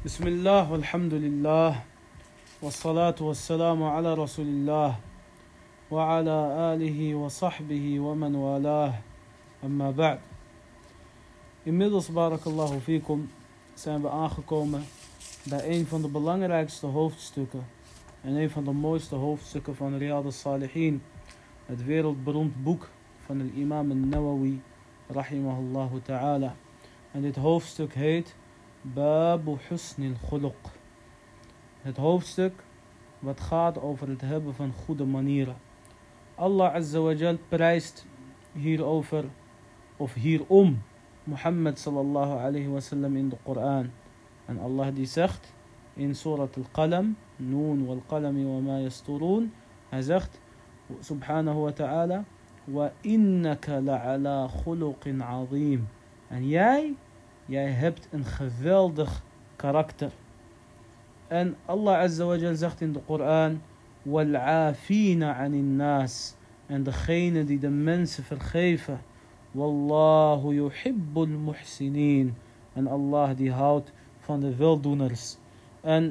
بسم الله والحمد لله والصلاة والسلام على رسول الله وعلى آله وصحبه ومن والاه أما بعد. Inmiddels, barakallahu fikum, zijn we aangekomen bij een van de belangrijkste hoofdstukken en een van de mooiste hoofdstukken van Riyad al-Salihin, het wereldberoemd boek van de imam al-Nawawi, rahimahullahu ta'ala. En dit hoofdstuk heet Babu Husnil Khuluq. Het hoofdstuk wat gaat over het hebben van goede manieren. Allah Azza wa Jal prijst hierover of hierom Mohammed sallallahu alayhi wa sallam in de Koran. En Allah die zegt in Surat al-Qalam, Noon wal qalami wa ma yasturun, hij zegt subhanahu wa ta'ala, wa innaka la'ala khuluqin azim. En jij hebt een geweldig karakter. En Allah Azza wa Jal zegt in de Koran, wal-afina anin nas, en degene die de mensen vergeven. Wallahu yuhibbul muhsinin, en Allah die houdt van de weldoeners. En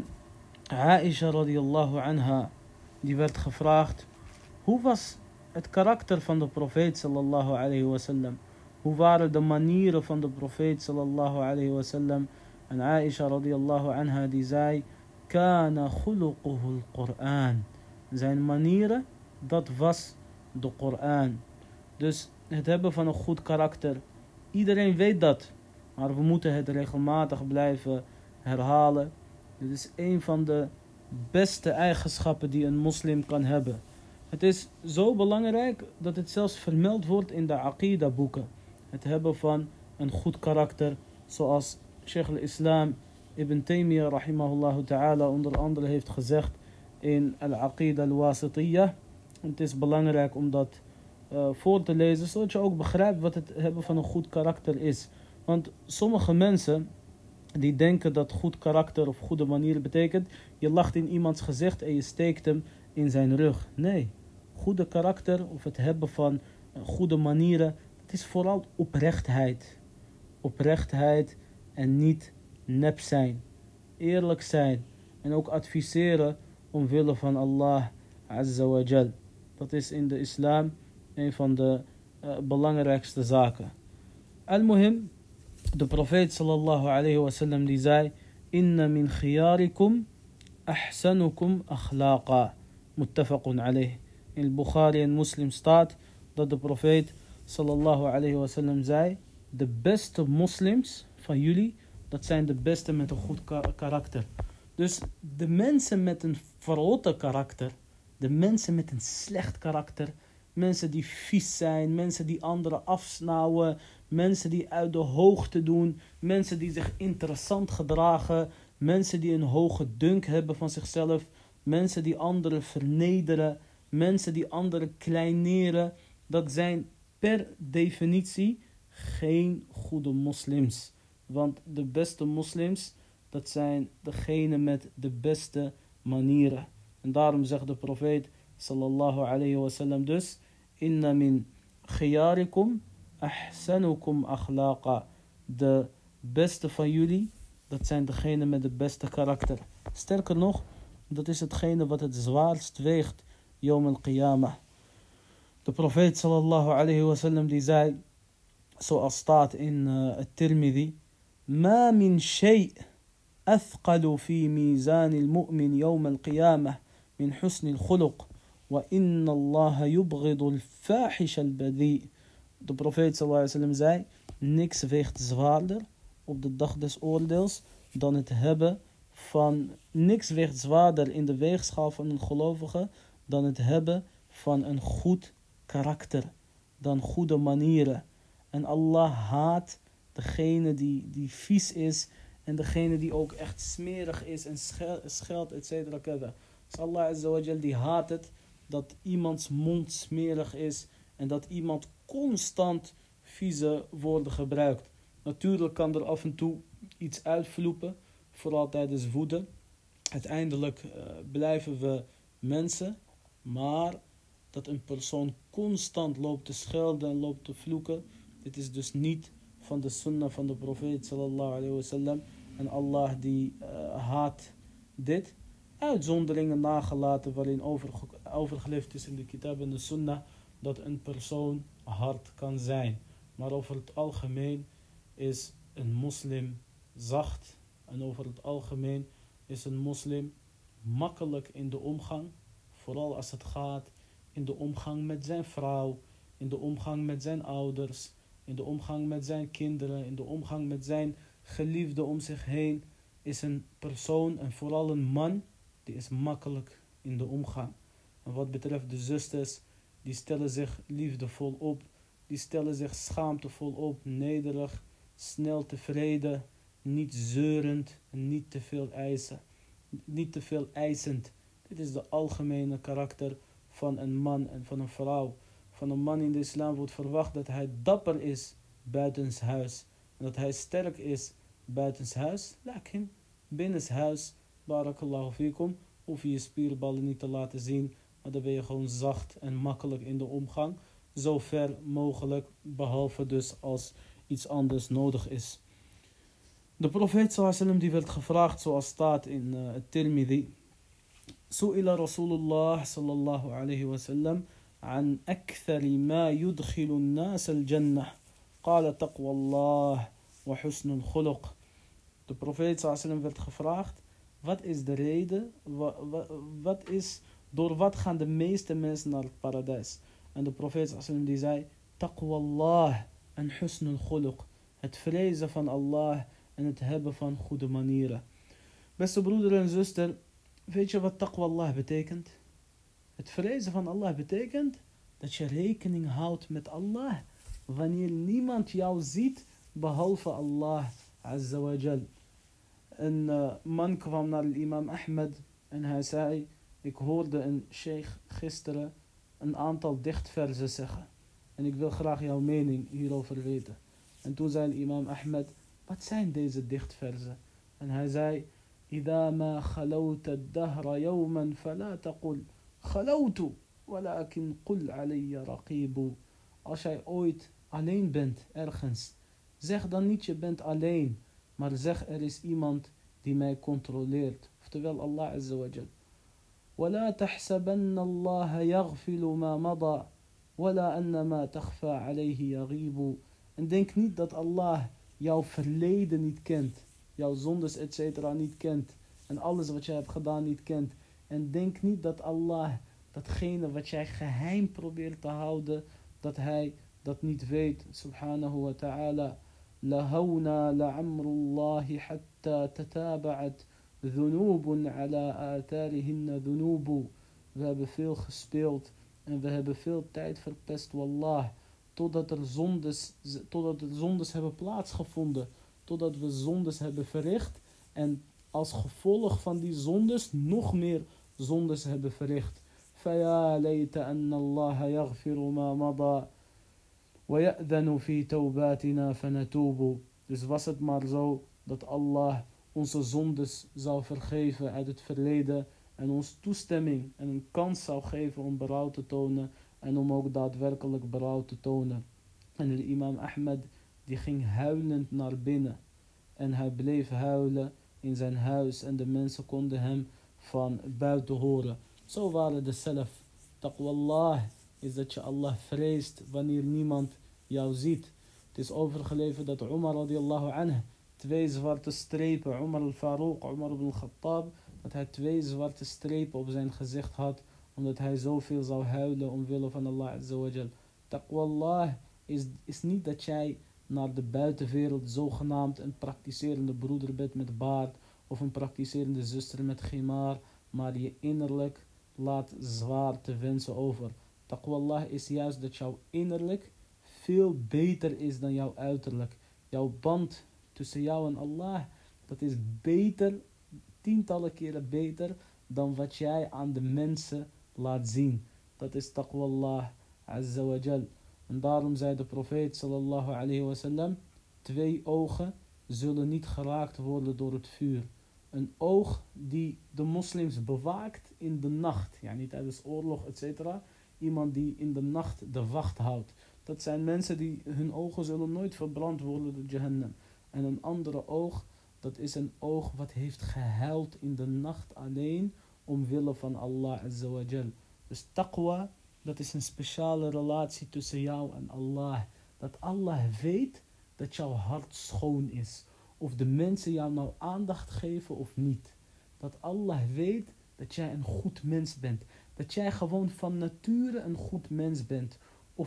Aisha radiyallahu anha, die werd gevraagd, hoe was het karakter van de profeet sallallahu alayhi wa sallam? Hoe waren de manieren van de profeet sallallahu alayhi wa sallam? En Aisha radiyallahu anha die zei, kana khuluquhu al-Qur'an. Zijn manieren, dat was de Koran. Dus het hebben van een goed karakter, iedereen weet dat. Maar we moeten het regelmatig blijven herhalen. Dit is een van de beste eigenschappen die een moslim kan hebben. Het is zo belangrijk dat het zelfs vermeld wordt in de Aqida boeken. Het hebben van een goed karakter, zoals Sheikh al-Islam Ibn Taymiyyah rahimahullah ta'ala onder andere heeft gezegd in Al-Aqida al-Wasitiyah. Het is belangrijk om dat voor te lezen, zodat je ook begrijpt wat het hebben van een goed karakter is. Want sommige mensen die denken dat goed karakter of goede manieren betekent, je lacht in iemands gezicht en je steekt hem in zijn rug. Nee, goede karakter of het hebben van goede manieren, het is vooral oprechtheid. Oprechtheid en niet nep zijn. Eerlijk zijn en ook adviseren omwille van Allah Azza wa Jal. Dat is in de islam een van de belangrijkste zaken. Al-Muhim, de profeet sallallahu alayhi wa sallam die zei, inna min khiyarikum ahsanukum akhlaqa. Muttafaqun alayh. In Bukhari en Muslim staat dat de profeet sallallahu alayhi wa sallam zei, de beste moslims van jullie, dat zijn de beste met een goed karakter. Dus de mensen met een verrotte karakter, de mensen met een slecht karakter, mensen die vies zijn, mensen die anderen afsnauwen, mensen die uit de hoogte doen, mensen die zich interessant gedragen, mensen die een hoge dunk hebben van zichzelf, mensen die anderen vernederen, mensen die anderen kleineren, dat zijn per definitie geen goede moslims. Want de beste moslims, dat zijn degene met de beste manieren. En daarom zegt de profeet sallallahu alayhi wa sallam dus, inna min khiyarikum ahsanukum akhlaqa. De beste van jullie, dat zijn degene met de beste karakter. Sterker nog, dat is hetgene wat het zwaarst weegt, yawm al-qiyamah. De profeet sallallahu alayhi wa sallam die zei, zoals staat in At-Tirmidhi, ma min shay' أثقل في ميزان المؤمن يوم القيامة من حسن الخلق وإن الله يبغض الفاحش البذيء. De profeet sallallahu alaihi wasallam zei, niks weegt zwaarder op de dag des oordeels dan het hebben van, niks weegt zwaarder in de weegschaal van een gelovige dan het hebben van een goed karakter, dan goede manieren. En Allah haat degene die vies is en degene die ook echt smerig is en scheldt, etc. Dus Allah Azza wa Jal die haat het dat iemands mond smerig is en dat iemand constant vieze woorden gebruikt. Natuurlijk kan er af en toe iets uitvloepen, vooral tijdens woede. Uiteindelijk blijven we mensen, maar dat een persoon constant loopt te schelden en loopt te vloeken, dit is dus niet van de sunnah van de profeet sallallahu alayhi wa sallam. En Allah die haat dit. Uitzonderingen nagelaten waarin overgeleverd is in de kitab en de sunnah dat een persoon hard kan zijn. Maar over het algemeen is een moslim zacht. En over het algemeen is een moslim makkelijk in de omgang. Vooral als het gaat in de omgang met zijn vrouw, in de omgang met zijn ouders, in de omgang met zijn kinderen, in de omgang met zijn geliefde om zich heen. Is een persoon en vooral een man, die is makkelijk in de omgang. En wat betreft de zusters, die stellen zich liefdevol op, die stellen zich schaamtevol op, nederig, snel tevreden, niet zeurend en niet te veel eisend. Dit is de algemene karakter van een man en van een vrouw. Van een man in de islam wordt verwacht dat hij dapper is buitenshuis. En dat hij sterk is buitenshuis. Lakin, binnenshuis, barakallahu fikum, hoef je je spierballen niet te laten zien. Maar dan ben je gewoon zacht en makkelijk in de omgang. Zo ver mogelijk, behalve dus als iets anders nodig is. De profeet sallam die werd gevraagd zoals staat in Tirmidhi. سئل رسول الله صلى الله عليه وسلم عن أكثر ما يدخل الناس الجنة قال تقوى الله وحسن الخلق. De profeet sallam werd gevraagd, wat is de reden, door wat gaan de meeste mensen naar het paradijs? En de profeet sallam die zei, taqwa Allah en husn al-khuluq, het vrezen van Allah en het hebben van goede manieren. Beste broeder en zuster, weet je wat taqwa Allah betekent? Het vrezen van Allah betekent dat je rekening houdt met Allah wanneer niemand jou ziet behalve Allah Azza wa Jal. Een man kwam naar imam Ahmed en hij zei, ik hoorde een sheikh gisteren een aantal dichtverzen zeggen. En ik wil graag jouw mening hierover weten. En toen zei imam Ahmed, wat zijn deze dichtverzen? En hij zei, إذا ما خلوت الدهر يوما فلا تقل خلوت ولكن قل علي رقيب. Als jij ooit alleen bent ergens, zeg dan niet je bent alleen, maar zeg er is iemand die mij controleert. Oftewel Allah Azza wa Jal. ولا تحسبن الله يغفل ما مضى ولا أن ما تخفى عليه يغيب. En denk niet dat Allah jouw verleden niet kent, jouw zondes etc. niet kent en alles wat jij hebt gedaan niet kent. En denk niet dat Allah datgene wat jij geheim probeert te houden, dat hij dat niet weet. Subhanahu wa ta'ala. لهونا لعمر الله حتى تتابعت ذنوب على آثارهن ذنوب. We hebben veel gespeeld en we hebben veel tijd verpest, wallah, totdat er zondes hebben plaatsgevonden, totdat we zondes hebben verricht en als gevolg van die zondes nog meer zondes hebben verricht. فَيَا لَيْتَ أَنَّ اللَّهَ يَغْفِرُ مَا مَضَى وَيَأْذَنُ فِي تَوْبَاتِنَا فَنَتُوبُ. Dus was het maar zo dat Allah onze zondes zou vergeven uit het verleden en ons toestemming en een kans zou geven om berouw te tonen en om ook daadwerkelijk berouw te tonen. En de imam Ahmed die ging huilend naar binnen en hij bleef huilen in zijn huis en de mensen konden hem van buiten horen. Zo waren de salaf. Taqwallah is dat je Allah vreest wanneer niemand jou ziet. Het is overgeleverd dat Umar radiyallahu anhu 2 zwarte strepen, Umar al-Faruq, Umar ibn al-Khattab, dat hij 2 zwarte strepen op zijn gezicht had, omdat hij zoveel zou huilen omwille van Allah Azza wa Jal. Taqwallah is niet dat jij naar de buitenwereld zogenaamd een praktiserende broeder bent met baard, of een praktiserende zuster met khimar, maar je innerlijk laat zwaar te wensen over. Taqwallah is juist dat jouw innerlijk veel beter is dan jouw uiterlijk. Jouw band tussen jou en Allah, dat is beter, tientallen keren beter dan wat jij aan de mensen laat zien. Dat is taqwallah azza wa jal. En daarom zei de profeet sallallahu alayhi wa sallam, 2 ogen zullen niet geraakt worden door het vuur. Een oog die de moslims bewaakt in de nacht, ja niet tijdens oorlog etc. Iemand die in de nacht de wacht houdt. Dat zijn mensen die hun ogen zullen nooit verbrand worden door Jahannam. En een andere oog, Dat is een oog wat heeft gehuild in de nacht alleen omwille van Allah Azza wa Jal. Dus taqwa, dat is een speciale relatie tussen jou en Allah. Dat Allah weet dat jouw hart schoon is. Of de mensen jou nou aandacht geven of niet. Dat Allah weet dat jij een goed mens bent. Dat jij gewoon van nature een goed mens bent.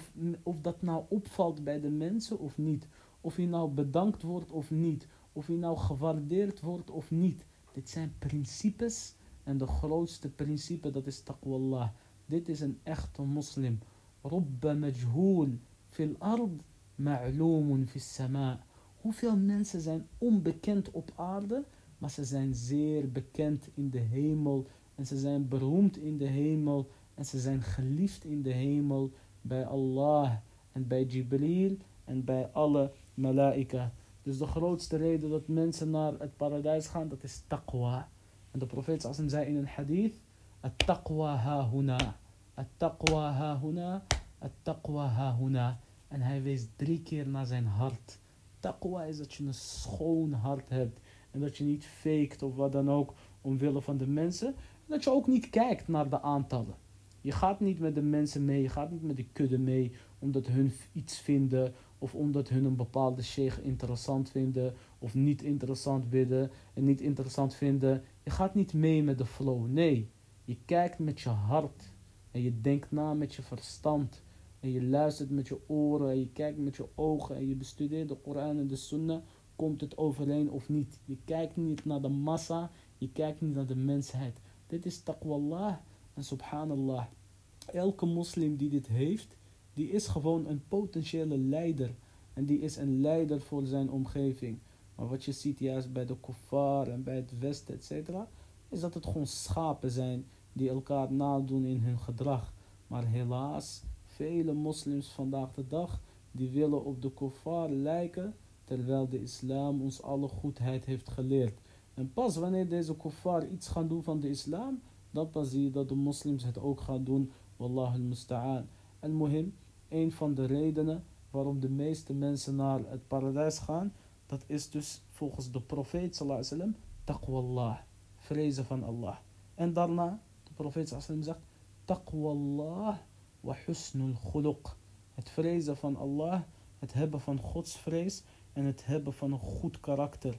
Of dat nou opvalt bij de mensen of niet. Of je nou bedankt wordt of niet. Of je nou gewaardeerd wordt of niet. Dit zijn principes. En de grootste principe, dat is taqwallah. Dit is een echte moslim. Rubba majhool fil ard ma'loomun fis sama. Hoeveel mensen zijn onbekend op aarde, maar ze zijn zeer bekend in de hemel. En ze zijn beroemd in de hemel. En ze zijn geliefd in de hemel bij Allah en bij Jibril en bij alle malaika. Dus de grootste reden dat mensen naar het paradijs gaan, dat is taqwa. En de profeet sallam zei in een hadith, at-taqwa ha-huna, at-taqwa ha-huna, at-taqwa ha-huna. En hij wees 3 keer naar zijn hart. Taqwa is dat je een schoon hart hebt. En dat je niet faked of wat dan ook omwille van de mensen. En dat je ook niet kijkt naar de aantallen. Je gaat niet met de mensen mee, je gaat niet met de kudde mee omdat hun iets vinden of omdat hun een bepaalde sheikh interessant vinden of niet interessant vinden en niet interessant vinden. Je gaat niet mee met de flow, nee. Je kijkt met je hart en je denkt na met je verstand en je luistert met je oren en je kijkt met je ogen en je bestudeert de Koran en de Sunnah. Komt het overeen of niet? Je kijkt niet naar de massa, je kijkt niet naar de mensheid. Dit is taqwallah. En subhanallah, elke moslim die dit heeft, die is gewoon een potentiële leider. En die is een leider voor zijn omgeving. Maar wat je ziet juist bij de kuffar en bij het westen, etc., is dat het gewoon schapen zijn die elkaar nadoen in hun gedrag. Maar helaas, vele moslims vandaag de dag, die willen op de kuffar lijken, terwijl de islam ons alle goedheid heeft geleerd. En pas wanneer deze kuffar iets gaan doen van de islam, dan pas zie je dat de moslims het ook gaan doen. Wallahu al-musta'an. En muhim, een van de redenen waarom de meeste mensen naar het paradijs gaan, dat is dus volgens de profeet sallallahu alaihi wasallam taqwallah, vrezen van Allah. En daarna, de profeet sallallahu alaihi wasallam zegt taqwallah wa husnul khuluq. Het vrezen van Allah, het hebben van godsvrees en het hebben van een goed karakter.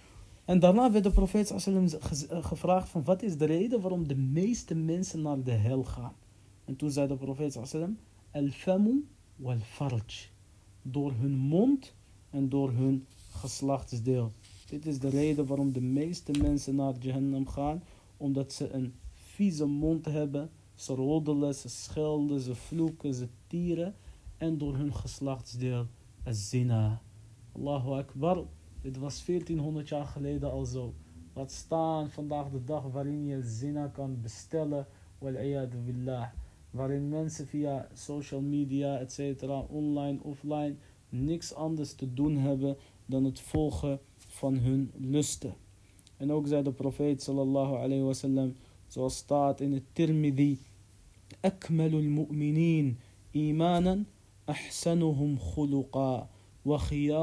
En daarna werd de profeet sallallahu alaihi wasallam gevraagd van wat is de reden waarom de meeste mensen naar de hel gaan. En toen zei de profeet sallallahu alaihi wasallam al-famu wal-farj. Door hun mond en door hun geslachtsdeel. Dit is de reden waarom de meeste mensen naar Jahannam gaan. Omdat ze een vieze mond hebben. Ze roddelen, ze schelden, ze vloeken, ze tieren. En door hun geslachtsdeel, az-zina. Allahu Akbar. Dit was 1400 jaar geleden al zo. Laat staan vandaag de dag waarin je zina kan bestellen. Wal-iyadu billah. Waarin mensen via social media, etc., online, offline, niks anders te doen hebben dan het volgen van hun lusten. En ook zei de profeet sallallahu alayhi wa sallam, zoals staat in het Tirmidhi, akmalul mu'minin imanan ahsanuhum khuluqa wa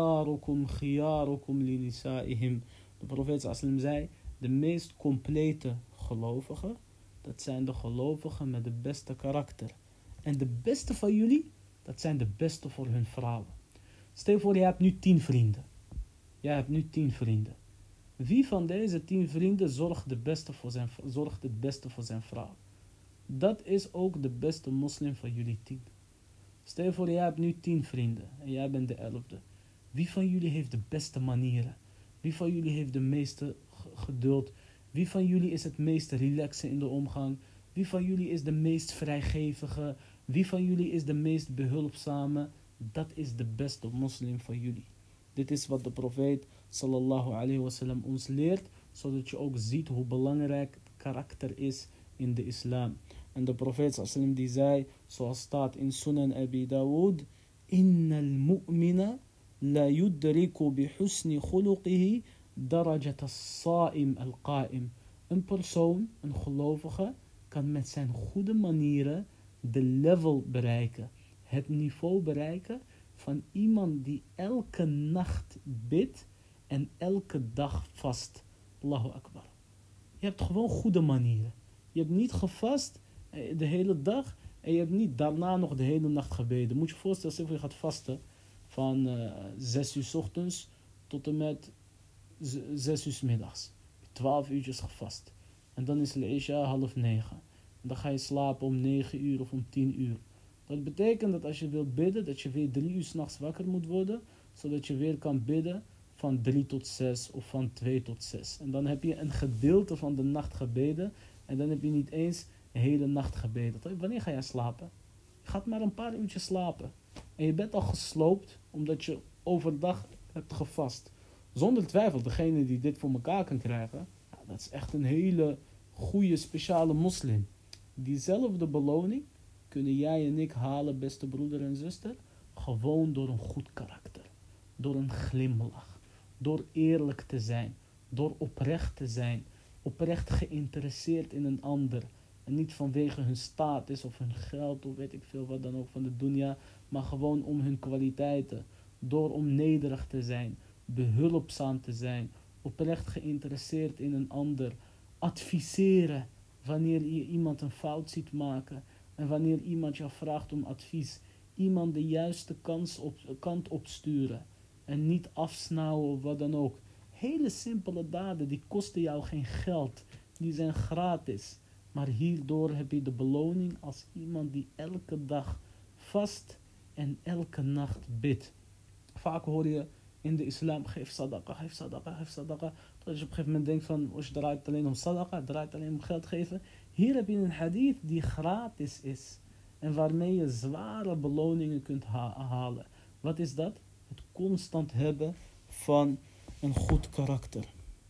khiyarukum li nisaihim. De profeet sallallahu alayhi wa sallam zei, de meest complete gelovigen, dat zijn de gelovigen met de beste karakter. En de beste van jullie, dat zijn de beste voor hun vrouwen. Stel je voor, je hebt nu 10 vrienden. Jij hebt nu 10 vrienden. Wie van deze 10 vrienden zorgt het beste voor zijn vrouw? Dat is ook de beste moslim van jullie 10. Stel je voor, jij hebt nu 10 vrienden. En jij bent de 11e. Wie van jullie heeft de beste manieren? Wie van jullie heeft de meeste geduld? Wie van jullie is het meest relaxen in de omgang? Wie van jullie is de meest vrijgevige? Wie van jullie is de meest behulpzame? Dat is de beste moslim van jullie. Dit is wat de profeet sallallahu alayhi wa sallam ons leert, zodat je ook ziet hoe belangrijk het karakter is in de islam. En de profeet sallallahu alayhi wa sallam die zei, zoals staat in Sunan Abi Dawud, innal mu'mina la yudriku bi husni khuluqihi darajat as-sa'im al-qa'im. Een persoon, een gelovige, kan met zijn goede manieren de level bereiken. Het niveau bereiken van iemand die elke nacht bidt en elke dag vast. Allahu Akbar. Je hebt gewoon goede manieren. Je hebt niet gevast de hele dag en je hebt niet daarna nog de hele nacht gebeden. Moet je je voorstellen, als je gaat vasten van 6 uur 's ochtends tot en met 6 uur 's middags. 12 uurtjes gevast. En dan is al-Isha 8:30. En dan ga je slapen om 9 uur of om 10 uur. Dat betekent dat als je wilt bidden, dat je weer 3 uur 's nachts wakker moet worden, zodat je weer kan bidden van 3 tot 6 of van 2 tot 6. En dan heb je een gedeelte van de nacht gebeden en dan heb je niet eens de hele nacht gebeden. Wanneer ga jij slapen? Je gaat maar een paar uurtjes slapen. En je bent al gesloopt omdat je overdag hebt gevast. Zonder twijfel, degene die dit voor elkaar kan krijgen, dat is echt een hele goede speciale moslim. Diezelfde beloning kunnen jij en ik halen, beste broeder en zuster, gewoon door een goed karakter. Door een glimlach. Door eerlijk te zijn. Door oprecht te zijn. Oprecht geïnteresseerd in een ander. En niet vanwege hun status of hun geld of weet ik veel wat dan ook van de dunya. Maar gewoon om hun kwaliteiten. Door om nederig te zijn. Behulpzaam te zijn. Oprecht geïnteresseerd in een ander. Adviseren wanneer je iemand een fout ziet maken. En wanneer iemand jou vraagt om advies. Iemand de juiste kant opsturen. En niet afsnauwen of wat dan ook. Hele simpele daden, die kosten jou geen geld. Die zijn gratis. Maar hierdoor heb je de beloning als iemand die elke dag vast en elke nacht bidt. Vaak hoor je in de islam, geef sadaqa, geef sadaqa, geef sadaqa. Dat je op een gegeven moment denkt van, als je draait alleen om sadaqa, draait alleen om geld geven. Hier heb je een hadith die gratis is. En waarmee je zware beloningen kunt halen. Wat is dat? Het constant hebben van een goed karakter.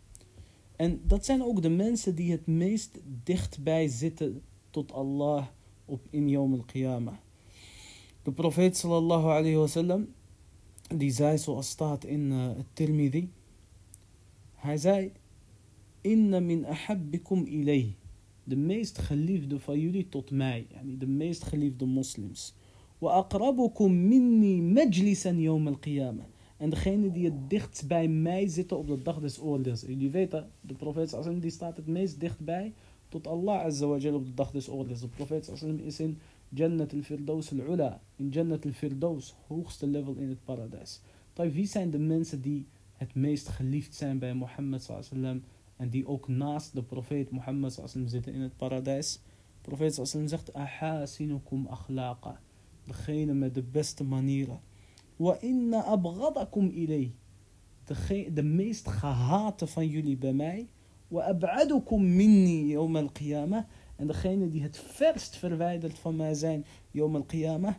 En dat zijn ook de mensen die het meest dichtbij zitten tot Allah in Yawm al-Qiyamah. De profeet sallallahu alayhi wa sallam, die zei zoals staat in het Tirmidhi. Hij zei, inna min ahabbikum ilay. De meest geliefde van jullie tot mij. Yani de meest geliefde moslims. Wa aqrabukum minni majlisan yawm al-qiyamah. En degene die het dichtst bij mij zitten op de dag des oordeels. Jullie weten, de profeet sallam die staat het meest dichtbij tot Allah azza wa jalla op de dag des oordeels. De profeet sallam is in Jannat al-Firdaus al-Ula. In Jannat al-Firdaus, hoogste level in het paradijs. Wie zijn de mensen die het meest geliefd zijn bij Mohammed sallam en die ook naast de profeet Mohammed sallam zitten in het paradijs? De profeet sallam zegt, ahasinukum akhlaqa. Degene met de beste manieren. Wa inna abghadakum ilay. De meest gehate van jullie bij mij. Wa ab'adukum minni yawm al-qiyamah. En degene die het verst verwijderd van mij zijn yawm al-qiyamah.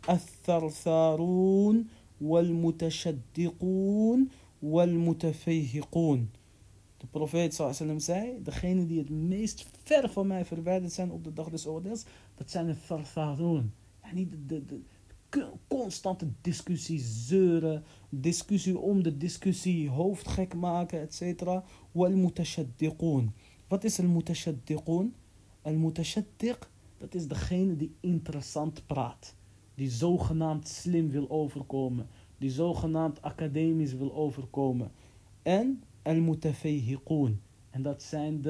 Athartharun wal mutashaddiqun wal mutafayhiqun. De profeet sallam zei, degene die het meest ver van mij verwijderd zijn op de dag des oordeels, dat zijn de thartharun. En niet de constante discussie, zeuren, discussie om de discussie, hoofdgek maken, etc. Wal mutashaddiqun. Wat is al mutashaddiqun? Al mutashaddiq, dat is degene die interessant praat. Die zogenaamd slim wil overkomen. Die zogenaamd academisch wil overkomen. En al mutafayhiqun. En dat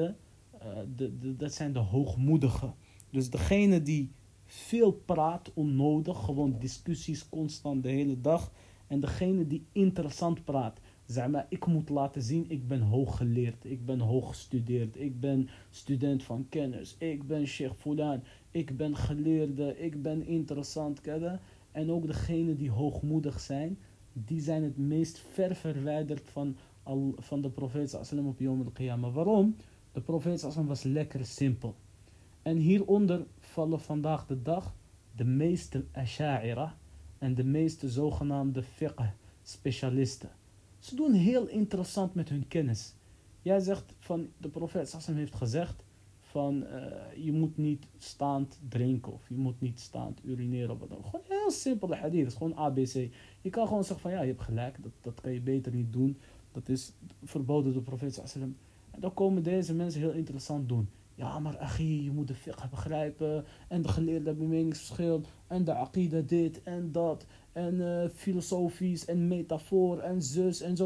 zijn de hoogmoedigen. Dus degene die veel praat onnodig, gewoon discussies constant de hele dag. En degene die interessant praat, zeg maar, ik moet laten zien, ik ben hooggeleerd, ik ben hooggestudeerd, ik ben student van kennis, ik ben Sheikh Fulan, ik ben geleerde, ik ben interessant, kada. En ook degene die hoogmoedig zijn, die zijn het meest ver verwijderd van de profeet sallam op Yawm al-Qiyamah. Waarom? De profeet sallam was lekker simpel. En hieronder vallen vandaag de dag de meeste asha'ira en de meeste zogenaamde fiqh specialisten. Ze doen heel interessant met hun kennis. Jij zegt van de profeet sallam heeft gezegd van je moet niet staand drinken of je moet niet staand urineren. Of wat dan. Gewoon heel simpele hadith, is gewoon ABC. Je kan gewoon zeggen van ja, je hebt gelijk, dat kan je beter niet doen. Dat is verboden door de profeet sallam. En dan komen deze mensen heel interessant doen. Ja, maar achi, je moet de fiqh begrijpen. En de geleerden hebben meningsverschil. En de aqida dit en dat. En filosofisch en metafoor en zus en zo.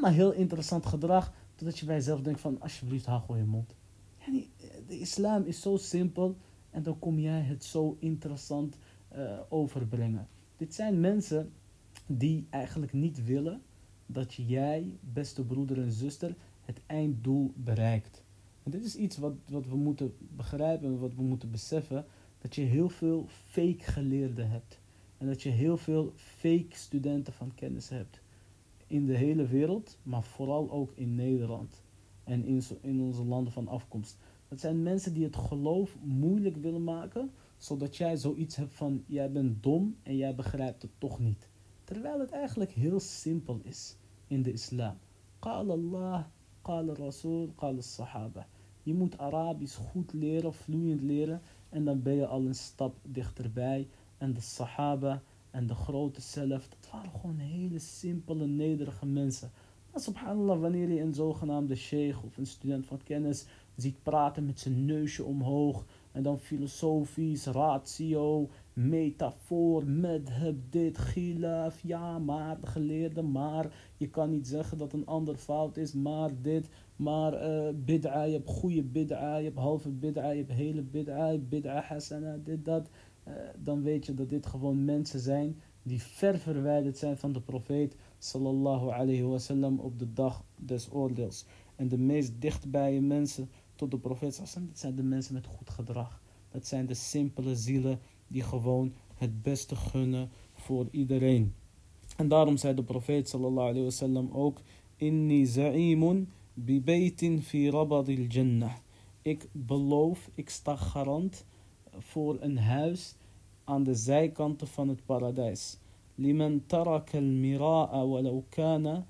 allemaal heel interessant gedrag, totdat je bij jezelf denkt van, alsjeblieft, haal gewoon je mond. Yani, de islam is zo simpel en dan kom jij het zo interessant overbrengen. Dit zijn mensen die eigenlijk niet willen dat jij, beste broeder en zuster, het einddoel bereikt. En dit is iets wat we moeten begrijpen en wat we moeten beseffen, dat je heel veel fake geleerden hebt. En dat je heel veel fake studenten van kennis hebt. In de hele wereld, maar vooral ook in Nederland. En in onze landen van afkomst. Dat zijn mensen die het geloof moeilijk willen maken, zodat jij zoiets hebt van, jij bent dom en jij begrijpt het toch niet. Terwijl het eigenlijk heel simpel is in de islam. Qala Allah, qala Rasul, qala Sahaba. Je moet Arabisch goed leren, vloeiend leren. En dan ben je al een stap dichterbij. En de Sahaba en de grote zelf, dat waren gewoon hele simpele, nederige mensen. Maar subhanallah, wanneer je een zogenaamde sheikh of een student van kennis ziet praten met zijn neusje omhoog. En dan filosofisch, ratio, metafoor, madhab, dit, khilaf. Ja, maar de geleerde, maar je kan niet zeggen dat een ander fout is, maar dit. Maar bid'a, je hebt goede bid'a, je hebt halve bid'a, je hebt hele bid'a, bid'a hasana, dit, dat. Dan weet je dat dit gewoon mensen zijn die ver verwijderd zijn van de profeet sallallahu alayhi wasallam op de dag des oordeels. En de meest dichtbije mensen tot de profeet sallallahu alayhi wasallam, dat zijn de mensen met goed gedrag. Dat zijn de simpele zielen die gewoon het beste gunnen voor iedereen. En daarom zei de profeet sallallahu alayhi wasallam ook: Inni za'imun bi baytin fi rabadil jannah. Ik beloof, ik sta garant voor een huis aan de zijkanten van het paradijs. Liman taraka al-mira'a walau kana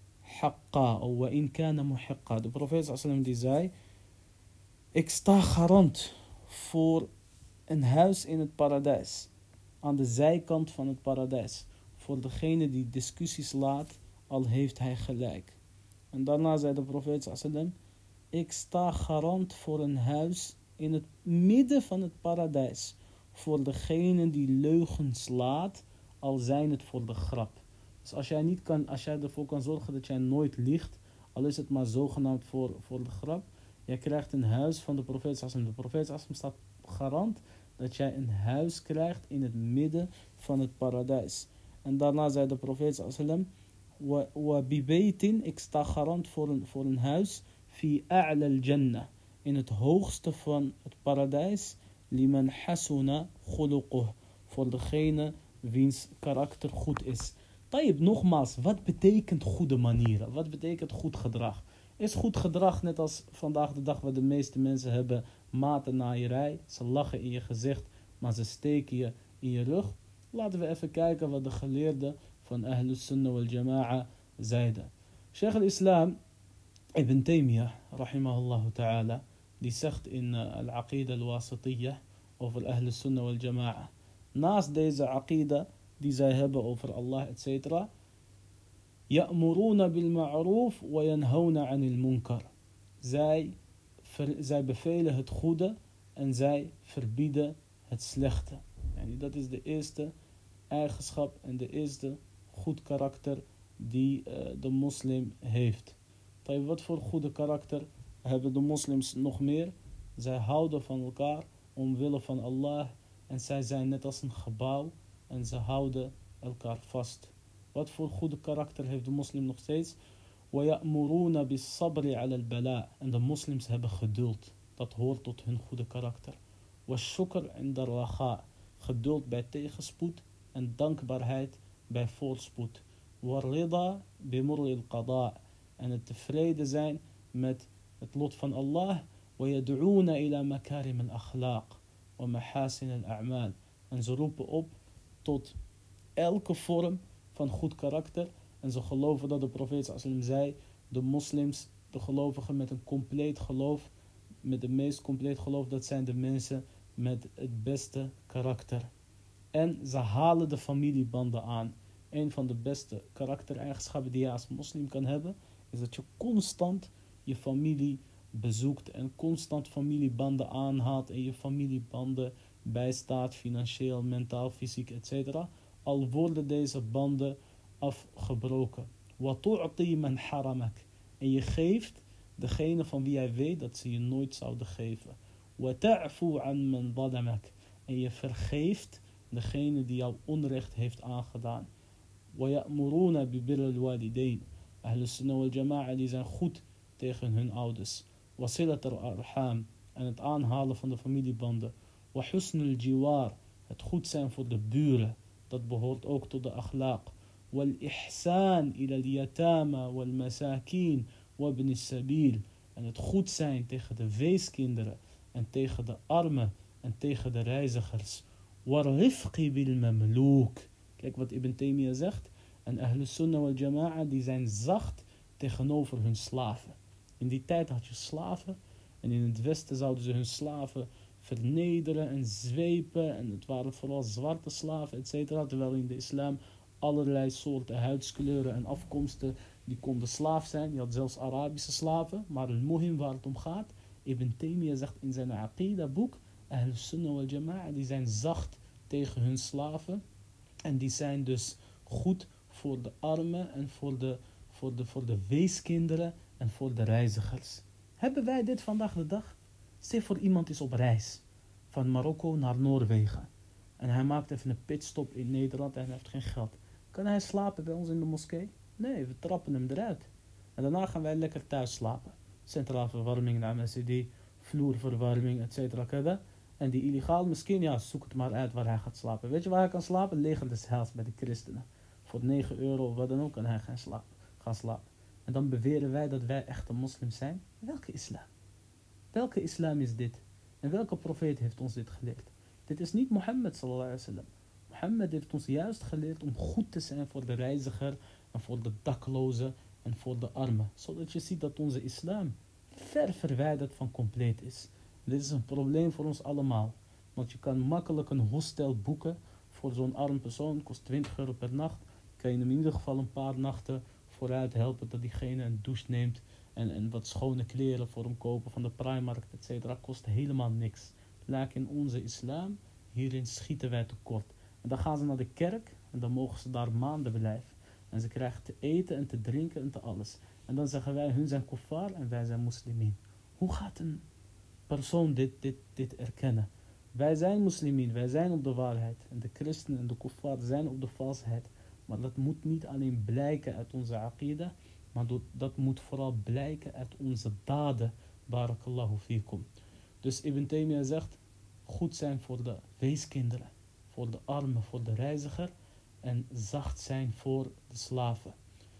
haqqa wa in kana muhiqqa. De profeet sallallahu alayhi wasallam die zei: ik sta garant voor een huis in het paradijs, aan de zijkant van het paradijs, voor degene die discussies laat, al heeft hij gelijk. En daarna zei de profeet sallallahu alayhi wasallam: ik sta garant voor een huis in het midden van het paradijs, voor degene die leugens laat, al zijn het voor de grap. Dus als jij ervoor kan zorgen dat jij nooit liegt, al is het maar zogenaamd voor de grap, jij krijgt een huis van de profeet sallallahu alayhi wasallam. De profeet sallallahu alayhi wasallam staat garant dat jij een huis krijgt in het midden van het paradijs. En daarna zei de profeet sallallahu alayhi wasallam: wa bi baytin, ik sta garant voor een huis, fi a'la al-jannah, in het hoogste van het paradijs, liman hasuna khuluquh, voor degene wiens karakter goed is. Tayyip, nogmaals, wat betekent goede manieren? Wat betekent goed gedrag? Is goed gedrag, net als vandaag de dag wat de meeste mensen hebben, matennaaierij? Ze lachen in je gezicht, maar ze steken je in je rug. Laten we even kijken wat de geleerden van Ahlus Sunnah wal Jama'a zeiden. Sheikh al-Islam Ibn Taymiyyah, rahimahullah ta'ala, die zegt in al-Aqida al-Wasitiyah over Ahlus Sunnah wal Jama'a. Naast deze aqida die zij hebben over Allah, etc. Ya'muruna bil ma'roof wa yanhawna 'anil munkar. Zij bevelen het goede en zij verbieden het slechte. En dat is de eerste eigenschap en de eerste goed karakter die de moslim heeft. Wat voor goede karakter hebben de moslims nog meer? Zij houden van elkaar omwille van Allah en zij zijn net als een gebouw en ze houden elkaar vast. Wat voor goede karakter heeft de moslim nog steeds? وَيَأْمُرُونَ بِالصَّبْرِ عَلَى الْبَلَاءِ. En de moslims hebben geduld. Dat hoort tot hun goede karakter. وَالشُّكْرِ عِنْدَ الرَّخَاءِ. Geduld bij tegenspoed en dankbaarheid bij voorspoed. وَالرِّضَى بِمُرِّ الْقَضَاءِ. En het tevreden zijn met het lot van Allah. وَيَدْعُونَ إِلَى مَكَارِمِ الْأَخْلَاقِ وَمَحَاسِنِ الْأَعْمَالِ. En ze roepen op tot elke vorm van goed karakter. En ze geloven dat de profeet sallallahu alayhi wasallam zei: de moslims, de gelovigen met een compleet geloof, met de meest compleet geloof, dat zijn de mensen met het beste karakter. En ze halen de familiebanden aan. Een van de beste karaktereigenschappen die je als moslim kan hebben, is dat je constant je familie bezoekt en constant familiebanden aanhaalt en je familiebanden bijstaat, financieel, mentaal, fysiek, etc. Al worden deze banden afgebroken. وَتُعْطِي مَنْ حَرَمَكَ. En je geeft degene van wie jij weet dat ze je nooit zouden geven. وَتَعْفُو عَنْ مَنْ ظَلَمَكَ. En je vergeeft degene die jou onrecht heeft aangedaan. وَيَأْمُرُونَ بِبِرِّ الْوَالِدَيْنِ. Ahl Sunnah wal Jama'a die zijn goed tegen hun ouders. وَصِلَةَ الْأَرْحَامِ. En het aanhalen van de familiebanden. وَحُسْنُ الْجِوَارِ. Het goed zijn voor de buren. Dat behoort ook tot de akhlaq. وَالْإِحْسَانِ إِلَى الْيَتَامَى وَالْمَسَاكِينِ وَابْنِ السَّبِيلِ. En het goed zijn tegen de weeskinderen en tegen de armen en tegen de reizigers. وَالرِّفْقِ بِالْمَمْلُوكِ. Kijk wat Ibn Taymiyyah zegt. En Ahl Sunnah wal Jama'a die zijn zacht tegenover hun slaven. In die tijd had je slaven. En in het westen zouden ze hun slaven vernederen en zwepen. En het waren vooral zwarte slaven, etc. Terwijl in de islam allerlei soorten huidskleuren en afkomsten die konden slaaf zijn. Je had zelfs Arabische slaven. Maar het muhim waar het om gaat. Ibn Taymiyyah zegt in zijn Aqidah boek. Ahl Sunnah wal Jama'a die zijn zacht tegen hun slaven. En die zijn dus goed voor de armen en voor de weeskinderen en voor de reizigers. Hebben wij dit vandaag de dag? Stel voor iemand is op reis van Marokko naar Noorwegen. En hij maakt even een pitstop in Nederland en hij heeft geen geld. Kan hij slapen bij ons in de moskee? Nee, we trappen hem eruit. En daarna gaan wij lekker thuis slapen. Centrale verwarming, de MSCD, vloerverwarming, etc. En die illegaal misschien, ja, zoek het maar uit waar hij gaat slapen. Weet je waar hij kan slapen? Leger des Heils bij de christenen. Voor 9 euro of wat dan ook kan hij gaan slapen. En dan beweren wij dat wij echte moslims zijn. Welke islam? Welke islam is dit? En welke profeet heeft ons dit geleerd? Dit is niet Mohammed sallallahu alaihi wasallam. Mohammed heeft ons juist geleerd om goed te zijn voor de reiziger en voor de daklozen en voor de armen. Zodat je ziet dat onze islam ver verwijderd van compleet is. Dit is een probleem voor ons allemaal. Want je kan makkelijk een hostel boeken voor zo'n arm persoon. Kost 20 euro per nacht. Kan je hem in ieder geval een paar nachten vooruit helpen dat diegene een douche neemt. En wat schone kleren voor hem kopen van de Primarkt, etc. Kost helemaal niks. Laat in onze islam, hierin schieten wij tekort. En dan gaan ze naar de kerk en dan mogen ze daar maanden blijven. En ze krijgen te eten en te drinken en te alles. En dan zeggen wij, hun zijn kuffar en wij zijn moslimin. Hoe gaat een persoon dit erkennen? Wij zijn moslimin, wij zijn op de waarheid. En de christenen en de kuffar zijn op de valsheid. Maar dat moet niet alleen blijken uit onze aqidah, maar dat moet vooral blijken uit onze daden. Barakallahu fikum. Dus Ibn Taymiyyah zegt, goed zijn voor de weeskinderen, voor de armen, voor de reiziger en zacht zijn voor de slaven.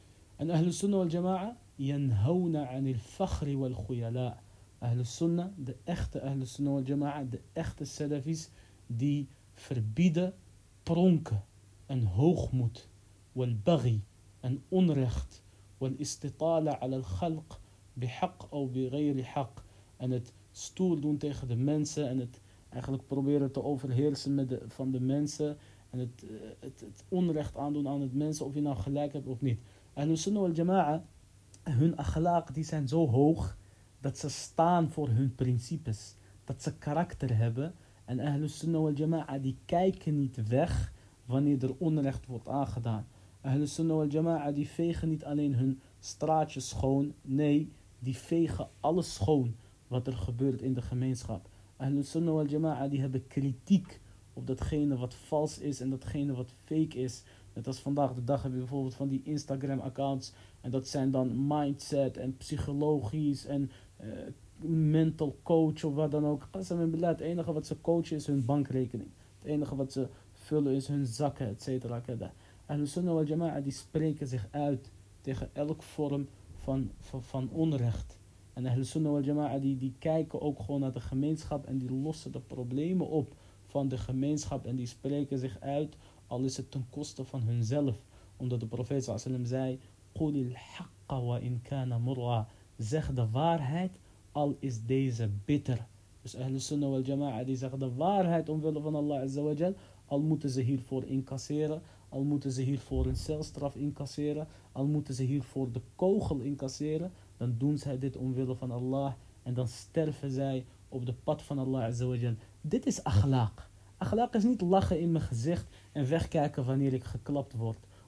En Ahl Sunnah wal Jama'a yanhawna anil fakhri wal khuyala. Ahl Sunnah, de echte Ahl Sunnah wal Jama'a, de echte Salafis, die verbieden pronken en hoogmoed, wal baghi en onrecht, wal istitala ala al khalq bihaq of bighayri haq. En het stoer doen tegen de mensen en het eigenlijk proberen te overheersen van de mensen en het onrecht aandoen aan het mensen, of je nou gelijk hebt of niet. Ahl Sunnah wal Jama'a, hun akhlaq die zijn zo hoog dat ze staan voor hun principes, dat ze karakter hebben. En Ahl Sunnah wal Jama'a die kijken niet weg wanneer er onrecht wordt aangedaan. Ahl Sunnah wal Jama'a die vegen niet alleen hun straatjes schoon, nee, die vegen alles schoon wat er gebeurt in de gemeenschap. Ahl Sunnah wal Jama'a die hebben kritiek op datgene wat vals is en datgene wat fake is. Net als vandaag de dag heb je bijvoorbeeld van die Instagram accounts. En dat zijn dan mindset en psychologisch en mental coach of wat dan ook. Het enige wat ze coachen is hun bankrekening. Het enige wat ze vullen is hun zakken, etc. Ahl Sunnah wal Jama'a die spreken zich uit tegen elk vorm van onrecht. En Ahl Sunnah wal Jama'a die kijken ook gewoon naar de gemeenschap en die lossen de problemen op van de gemeenschap en die spreken zich uit, al is het ten koste van hunzelf. Omdat de profeet sallam zei, Qulil haqqa wa in kana murra. Zeg de waarheid, al is deze bitter. Dus Ahl Sunnah wal Jama'a die zeggen de waarheid omwille van Allah Azza wa Jal, al moeten ze hiervoor incasseren, al moeten ze hiervoor een celstraf incasseren, al moeten ze hiervoor de kogel incasseren, dan doen zij dit omwille van Allah en dan sterven zij op de pad van Allah Azza wa Jal. Dit is akhlaq. Akhlaq is niet lachen in mijn gezicht en wegkijken wanneer ik geklapt word.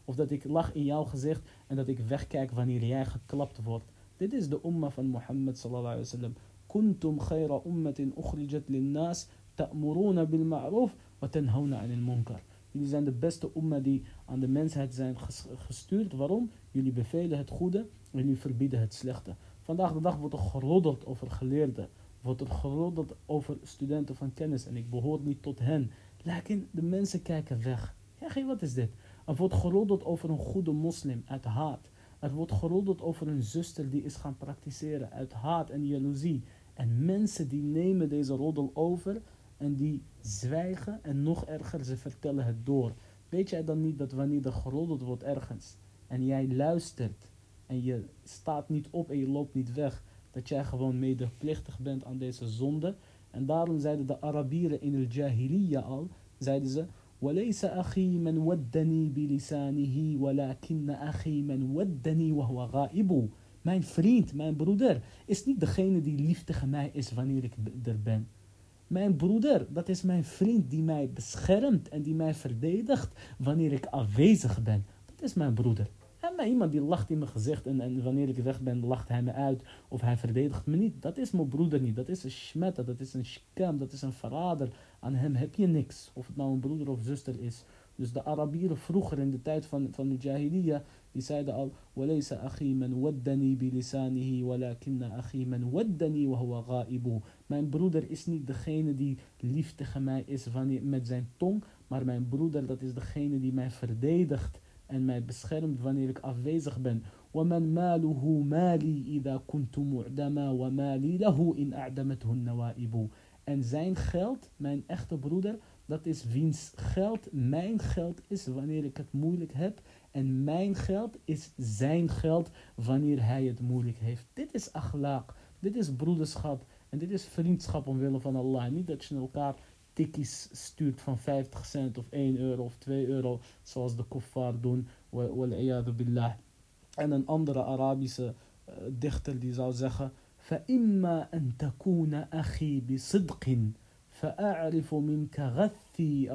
Of dat ik lach in jouw gezicht en dat ik wegkijk wanneer jij geklapt wordt. Dit is de umma van Mohammed sallallahu alayhi wa sallam. Kuntum khayra ummatin ukhrijat linnas ta'muruna bil ma'ruf wa tanhawna 'anil munkar. Jullie zijn de beste umma die aan de mensheid zijn gestuurd. Waarom? Jullie bevelen het goede en jullie verbieden het slechte. Vandaag de dag wordt er geroddeld over geleerden. Wordt er geroddeld over studenten van kennis. En ik behoor niet tot hen. Lakin de mensen kijken weg. Ja, wat is dit? Er wordt geroddeld over een goede moslim uit haat. Er wordt geroddeld over een zuster die is gaan praktiseren uit haat en jaloezie. En mensen die nemen deze roddel over en die zwijgen en nog erger, ze vertellen het door. Weet jij dan niet dat wanneer er geroddeld wordt ergens en jij luistert en je staat niet op en je loopt niet weg, dat jij gewoon medeplichtig bent aan deze zonde? En daarom zeiden de Arabieren in de Jahiliya al, zeiden ze: وَلَيْسَ أَخِي مَنْ وَدَّنِي بِلِسَانِهِ وَلَكِنَّ أَخِي مَنْ وَدَّنِي وَهُوَ غَائِبُ. Mijn vriend, mijn broeder, is niet degene die lief tegen mij is wanneer ik er ben. Mijn broeder, dat is mijn vriend die mij beschermt en die mij verdedigt wanneer ik afwezig ben. Dat is mijn broeder. En maar iemand die lacht in mijn gezicht en wanneer ik weg ben, lacht hij me uit of hij verdedigt me niet. Dat is mijn broeder niet. Dat is een shmetta, dat is een shkam, dat is een verrader. Aan hem heb je niks. Of het nou een broeder of zuster is. Dus de Arabieren vroeger in de tijd van de Jahiliya, die zeiden al: وَلَيْسَ أَخِي مَنْ وَدَّنِي بِلِسَانِهِ وَلَكِنَّ أَخِي مَنْ وَدَّنِي وَهُوَ غَائِبُ. Mijn broeder is niet degene die lief tegen mij is met zijn tong, maar mijn broeder, dat is degene die mij verdedigt en mij beschermt wanneer ik afwezig ben. وَمَنْ مَالُهُ مَالِي إِذَا كُنْتُ مُعْدَمًا وَمَالِي لَهُ إِنْ أَعْدَمَتْهُ النَّوَائِبُ. En zijn geld, mijn echte broeder, dat is wiens geld mijn geld is wanneer ik het moeilijk heb. En mijn geld is zijn geld wanneer hij het moeilijk heeft. Dit is akhlaq, dit is broederschap en dit is vriendschap omwille van Allah. Niet dat je elkaar tikkies stuurt van 50 cent of 1 euro of 2 euro, zoals de kuffar doen. Wal-iyadu billah. En een andere Arabische dichter die zou zeggen: فَإِمَّا أَن تَكُونَ أَخِي بِصِدْقٍ فَأَعْرِفُ مِنْكَ غَثِّي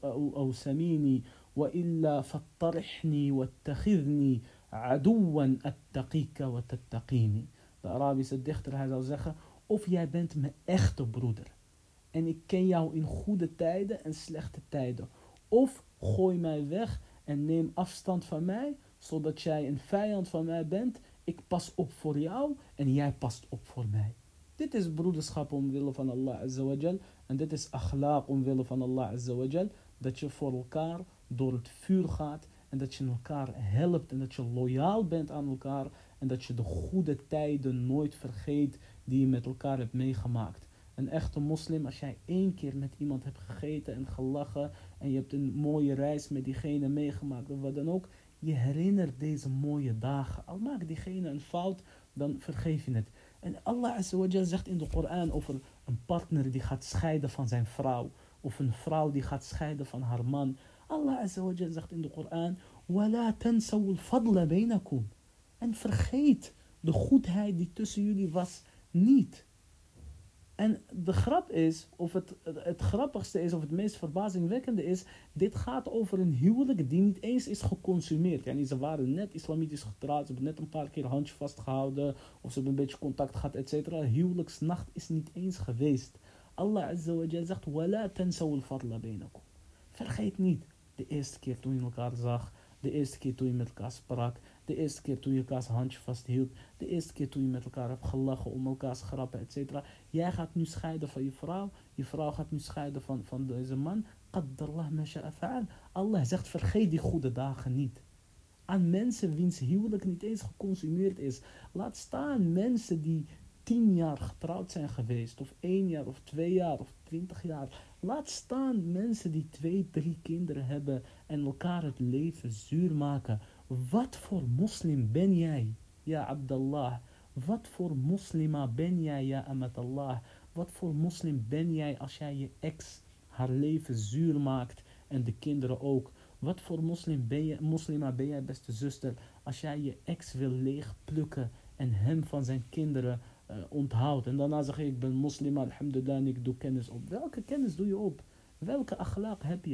أو سَمِينِي وَإِلَّا فَاتَّرِحْنِي وَاتَّخِذْنِي عَدُوًّا أَتَّقِيكَ وَتَتَّقِينِي. De Arabische dichter, hij zou zeggen: of jij bent mijn echte broeder en ik ken jou in goede tijden en slechte tijden, of gooi mij weg en neem afstand van mij, zodat jij een vijand van mij bent. Ik pas op voor jou en jij past op voor mij. Dit is broederschap omwille van Allah Azza wa Jal. En dit is akhlaq omwille van Allah Azza wa Jal. Dat je voor elkaar door het vuur gaat. En dat je elkaar helpt. En dat je loyaal bent aan elkaar. En dat je de goede tijden nooit vergeet die je met elkaar hebt meegemaakt. Een echte moslim, als jij 1 keer met iemand hebt gegeten en gelachen. En je hebt een mooie reis met diegene meegemaakt. Of wat dan ook. Je herinnert deze mooie dagen. Al maakt diegene een fout, dan vergeef je het. En Allah Azza wa Jal zegt in de Koran over een partner die gaat scheiden van zijn vrouw. Of een vrouw die gaat scheiden van haar man. Allah Azza wa Jal zegt in de Koran: وَلَا تَنْسَوُوا الْفَضْلَ بَيْنَكُمْ. En vergeet de goedheid die tussen jullie was niet. En de grap is, of het grappigste is, of het meest verbazingwekkende is, dit gaat over een huwelijk die niet eens is geconsumeerd. Yani ze waren net islamitisch getrouwd, ze hebben net een paar keer handje vastgehouden, of ze hebben een beetje contact gehad, etc. Huwelijksnacht is niet eens geweest. Allah Azza wa Jal zegt: وَلَا تَنْسَوُوا الْفَضْلَ بَيْنَكُمْ. Vergeet niet de eerste keer toen je elkaar zag, de eerste keer toen je met elkaar sprak, de eerste keer toen je elkaars handje vasthield, de eerste keer toen je met elkaar hebt gelachen om elkaars grappen, etc. Jij gaat nu scheiden van je vrouw gaat nu scheiden van deze man. Qaddarallah ma sha'a fa'al. Allah zegt: vergeet die goede dagen niet. Aan mensen wiens huwelijk niet eens geconsumeerd is. Laat staan mensen die 10 jaar getrouwd zijn geweest, of 1 jaar, of 2 jaar, of 20 jaar. Laat staan mensen die 2, 3 kinderen hebben en elkaar het leven zuur maken. Wat voor moslim ben jij, ja Abdallah? Wat voor moslima ben jij, ja Amatallah? Wat voor moslim ben jij als jij je ex haar leven zuur maakt en de kinderen ook? Wat voor moslima ben jij, beste zuster, als jij je ex wil leegplukken en hem van zijn kinderen onthoudt? En daarna zeg je: ik ben moslim, alhamdulillah, en ik doe kennis op. Welke kennis doe je op? Welke akhlaq heb je?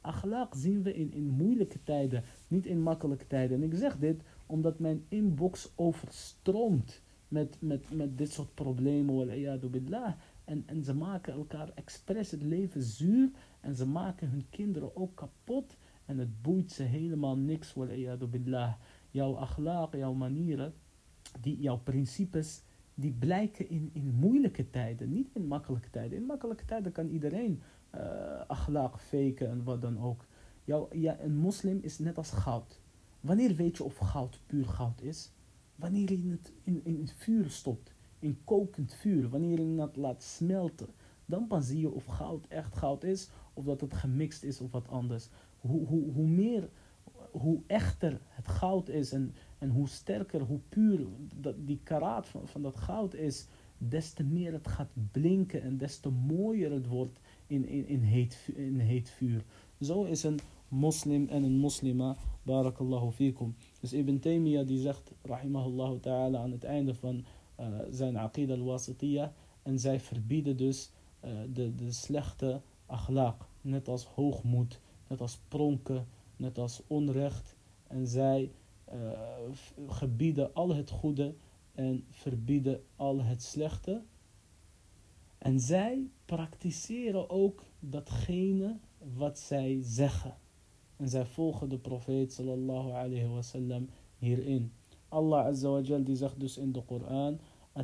Akhlaq zien we in moeilijke tijden, niet in makkelijke tijden. En ik zeg dit omdat mijn inbox overstroomt met dit soort problemen. Wal-iyadu billah. En ze maken elkaar expres het leven zuur. En ze maken hun kinderen ook kapot. En het boeit ze helemaal niks. Wal-iyadu billah. Jouw akhlaq, jouw manieren, jouw principes, die blijken in moeilijke tijden. Niet in makkelijke tijden. In makkelijke tijden kan iedereen akhlaq faken en wat dan ook. Een moslim is net als goud. Wanneer weet je of goud puur goud is? Wanneer je het in het vuur stopt. In kokend vuur. Wanneer je het laat smelten. Dan pas zie je of goud echt goud is. Of dat het gemixt is of wat anders. Hoe echter het goud is. En hoe sterker, hoe puur die karaat van dat goud is. Des te meer het gaat blinken. En des te mooier het wordt in heet vuur. Zo is een moslim en een moslima. Barakallahu fikum. Dus Ibn Taymiyyah die zegt, rahimahullah ta'ala, aan het einde van zijn aqida al-wasitiyah. En zij verbieden dus de slechte akhlaq. Net als hoogmoed, net als pronken, net als onrecht. En zij gebieden al het goede en verbieden al het slechte. En zij praktiseren ook datgene wat zij zeggen. En zij volgen de profeet sallallahu alayhi wa sallam hierin. Allah azza wa jal die zegt dus in de Koran: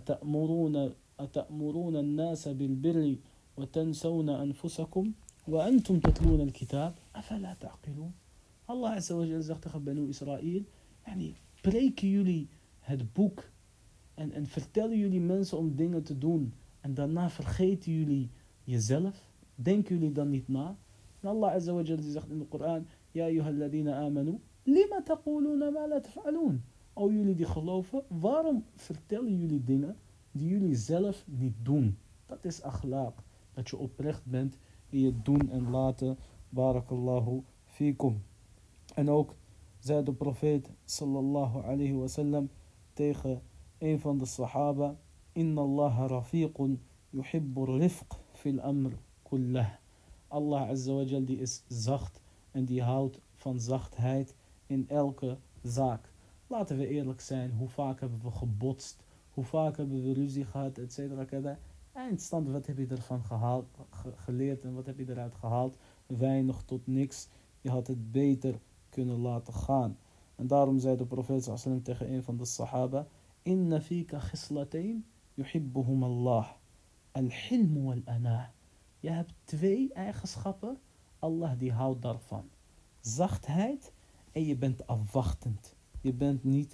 Atamuruna an-nasa bil birri wa tansawna anfusakum wa antum tatluna al-kitab afala ta'qilun. Allah azza wa jal zegt tegen Banu Israël: preken jullie het boek en vertellen jullie mensen om dingen te doen en daarna vergeten jullie jezelf? Denken jullie dan niet na? En Allah azza wa jal die zegt in de Koran: Ya ayyuhalladhina amanu, lima taquluna ma la taf'alun. O jullie die geloven, waarom vertellen jullie dingen die jullie zelf niet doen? Dat is akhlaq. Dat je oprecht bent in je doen en laten. Barakallahu fikum. En ook zei de profeet sallallahu alayhi wa sallam tegen een van de sahaba: Inna Allah rafiqun yuhibbu rifq fil amr kullah. Allah azza wa jal die is zacht en die houdt van zachtheid in elke zaak. Laten we eerlijk zijn, hoe vaak hebben we gebotst, hoe vaak hebben we ruzie gehad, etc. Eindstand, wat heb je ervan geleerd en wat heb je eruit gehaald? Weinig tot niks. Je had het beter kunnen laten gaan. En daarom zei de profeet sallallahu alaihi wasallam tegen een van de sahaba: Inna fika khislatain yuhibbuhum Allah, al-hilm wal-ana. Je hebt 2 eigenschappen, Allah die houdt daarvan. Zachtheid en je bent afwachtend. Je bent niet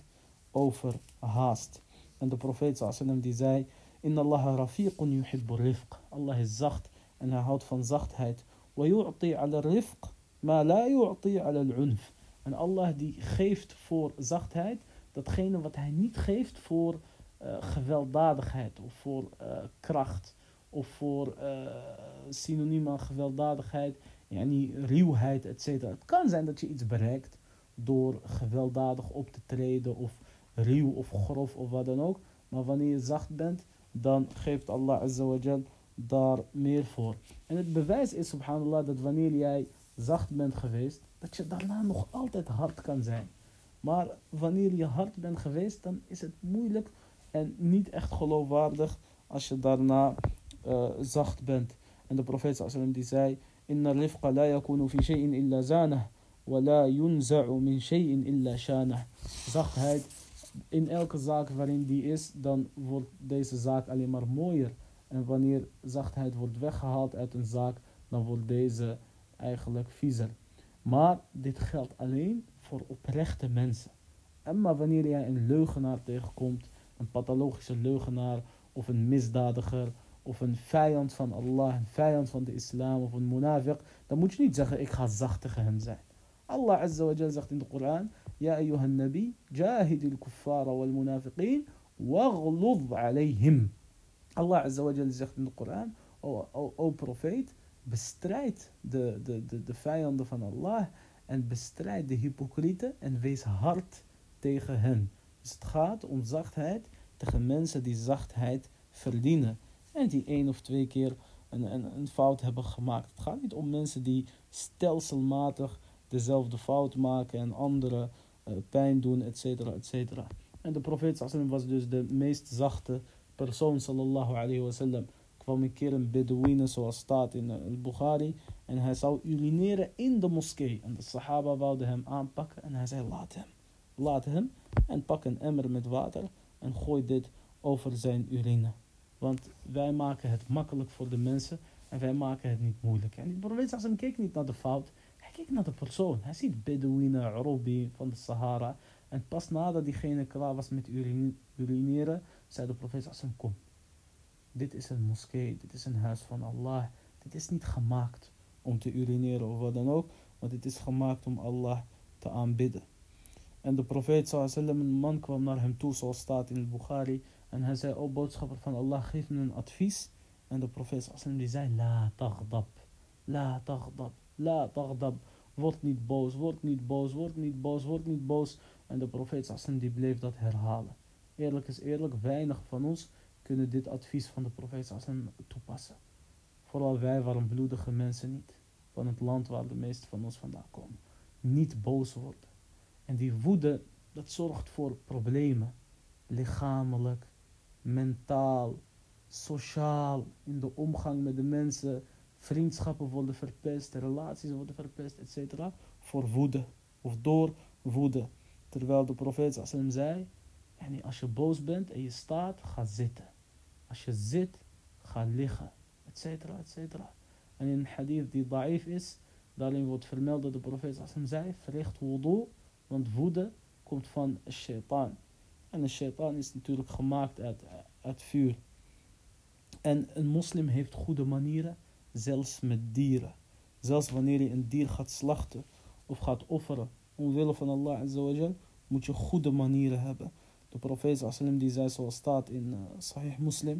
overhaast. En de profeet sallallahu alaihi wasallam die zei: Inna Allah rafiqun yuhibbu rifq. Allah is zacht en hij houdt van zachtheid. Wa yu'ti ala rifq ma la yu'ti ala al-unf. En Allah die geeft voor zachtheid datgene wat hij niet geeft voor gewelddadigheid of voor kracht of voor synoniem aan gewelddadigheid, ruwheid, etc. Het kan zijn dat je iets bereikt door gewelddadig op te treden of ruw of grof of wat dan ook. Maar wanneer je zacht bent, dan geeft Allah azza wa jal daar meer voor. En het bewijs is, subhanallah, dat wanneer jij zacht bent geweest, dat je daarna nog altijd hard kan zijn. Maar wanneer je hard bent geweest, dan is het moeilijk en niet echt geloofwaardig als je daarna zacht bent. En de profeet sallallahu alaihi wasallam die zei: Inna rifqa la yakunu fi shay'in illa zanah, wa la yunza'u min shay'in illa shanah. Zachtheid, in elke zaak waarin die is, dan wordt deze zaak alleen maar mooier. En wanneer zachtheid wordt weggehaald uit een zaak, dan wordt deze eigenlijk viezer. Maar dit geldt alleen voor oprechte mensen. En maar wanneer jij een leugenaar tegenkomt, een pathologische leugenaar of een misdadiger of een vijand van Allah, een vijand van de islam of een munafiq, dan moet je niet zeggen: ik ga zacht tegen hem zijn. Allah azza wa jal zegt in de Koran: Ya ayyuhan nabi, jahidil kuffara wal munafiqin waghlud alayhim. Allah azza wa jal zegt in de Koran: O profeet, bestrijd de vijanden van Allah en bestrijd de hypocrieten en wees hard tegen hen. Dus het gaat om zachtheid tegen mensen die zachtheid verdienen. En die 1 of 2 keer een fout hebben gemaakt. Het gaat niet om mensen die stelselmatig dezelfde fout maken en anderen pijn doen, et cetera, et cetera. En de profeet sallam was dus de meest zachte persoon, sallallahu alayhi wa sallam. Kwam een keer een Bedouine, zoals staat in al-Bukhari, en hij zou urineren in de moskee. En de sahaba wouden hem aanpakken en hij zei, laat hem en pak een emmer met water en gooi dit over zijn urine. Want wij maken het makkelijk voor de mensen en wij maken het niet moeilijk. En die profeet sallam keek niet naar de fout, hij keek naar de persoon. Hij ziet Bedouine, Arabi van de Sahara. En pas nadat diegene klaar was met urineren, zei de profeet sallam, kom. Dit is een moskee, dit is een huis van Allah. Dit is niet gemaakt om te urineren of wat dan ook, want dit is gemaakt om Allah te aanbidden. En de profeet sallam, een man kwam naar hem toe, zoals staat in al-Bukhari, en hij zei, o boodschapper van Allah, geef me een advies. En de profeet sallam die zei, la taghdab, la taghdab, la taghdab. Word niet boos, word niet boos, word niet boos, word niet boos. En de profeet sallam die bleef dat herhalen. Eerlijk is eerlijk, weinig van ons kunnen dit advies van de profeet sallam toepassen. Vooral wij warmbloedige mensen niet. Van het land waar de meesten van ons vandaan komen. Niet boos worden. En die woede, dat zorgt voor problemen. Lichamelijk, mentaal, sociaal, in de omgang met de mensen. Vriendschappen worden verpest, relaties worden verpest, etc. Voor woede. Of door woede. Terwijl de profeet sallam zei, als je boos bent en je staat, ga zitten. Als je zit, ga liggen, etcetera, etcetera. En in een hadith die da'if is, daarin wordt vermeld dat de profeet sallam zei, verricht wudu, want woede komt van een shaitaan. En een shaitaan is natuurlijk gemaakt uit vuur. En een moslim heeft goede manieren, zelfs met dieren. Zelfs wanneer je een dier gaat slachten of gaat offeren, omwille van Allah azza wa jal, moet je goede manieren hebben. De profeet sallam die zei, zoals staat in Sahih Muslim,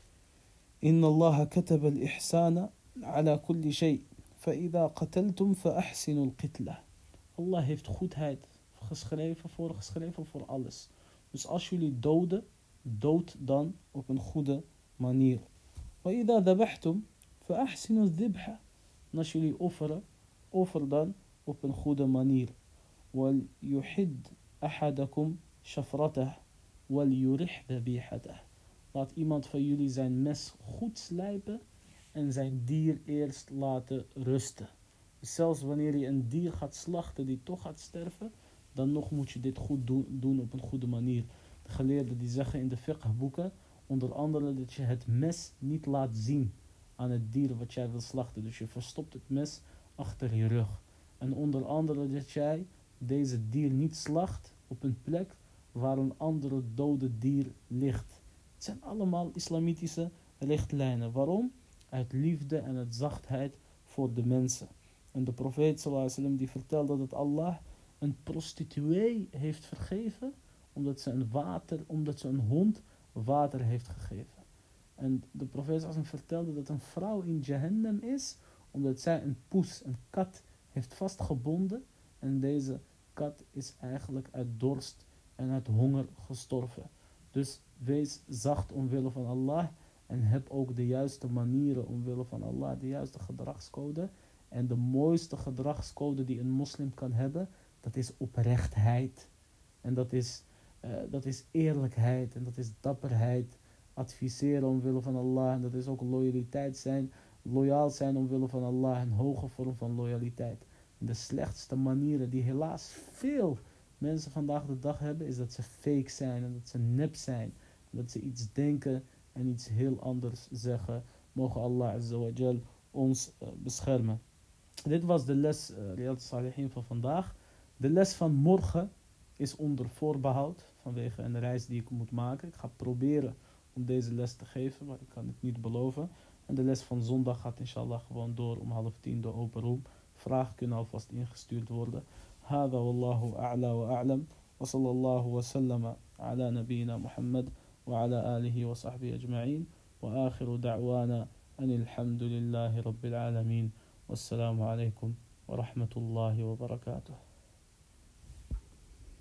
Inna Allah kataba al-ihsana ala kulli shay, fa idha qataltum fa ahsinu al-qitla. Allah heeft goedheid voorgeschreven voor alles. Dus als jullie doden, dood dan op een goede manier. Wa idha dhabahtum fa ahsinu al-dhibha. En als jullie offeren, offer dan op een goede manier. Wal yuhid ahadakum shafratah wal yurih dhabihatah. Laat iemand van jullie zijn mes goed slijpen en zijn dier eerst laten rusten. Dus zelfs wanneer je een dier gaat slachten die toch gaat sterven, dan nog moet je dit goed doen op een goede manier. De geleerden die zeggen in de fiqh-boeken, onder andere dat je het mes niet laat zien aan het dier wat jij wil slachten. Dus je verstopt het mes achter je rug. En onder andere dat jij deze dier niet slacht op een plek waar een andere dode dier ligt. Het zijn allemaal islamitische richtlijnen. Waarom? Uit liefde en uit zachtheid voor de mensen. En de profeet sallallahu alaihi wasallam die vertelde dat Allah een prostituee heeft vergeven omdat ze een hond water heeft gegeven. En de profeet sallallahu alaihi wasallam vertelde dat een vrouw in Jahannam is omdat zij een poes, een kat, heeft vastgebonden. En deze kat is eigenlijk uit dorst en uit honger gestorven. Dus wees zacht omwille van Allah en heb ook de juiste manieren omwille van Allah, de juiste gedragscode. En de mooiste gedragscode die een moslim kan hebben, dat is oprechtheid. En dat is eerlijkheid en dat is dapperheid. Adviseren omwille van Allah en dat is ook loyaal zijn omwille van Allah, een hoge vorm van loyaliteit. En de slechtste manieren die helaas veel mensen vandaag de dag hebben, is dat ze fake zijn en dat ze nep zijn. Dat ze iets denken en iets heel anders zeggen. Mogen Allah azza wa jal ons beschermen. Dit was de les Riyad Salihin van vandaag. De les van morgen is onder voorbehoud vanwege een reis die ik moet maken. Ik ga proberen om deze les te geven, maar ik kan het niet beloven. En de les van zondag gaat inshallah gewoon door om 9:30 door open room. Vragen kunnen alvast ingestuurd worden. هذا والله أعلى وأعلم وصلى الله وسلم على نبينا محمد وعلى آله وصحبه أجمعين وآخر دعوانا أن الحمد لله رب العالمين والسلام عليكم ورحمة الله وبركاته.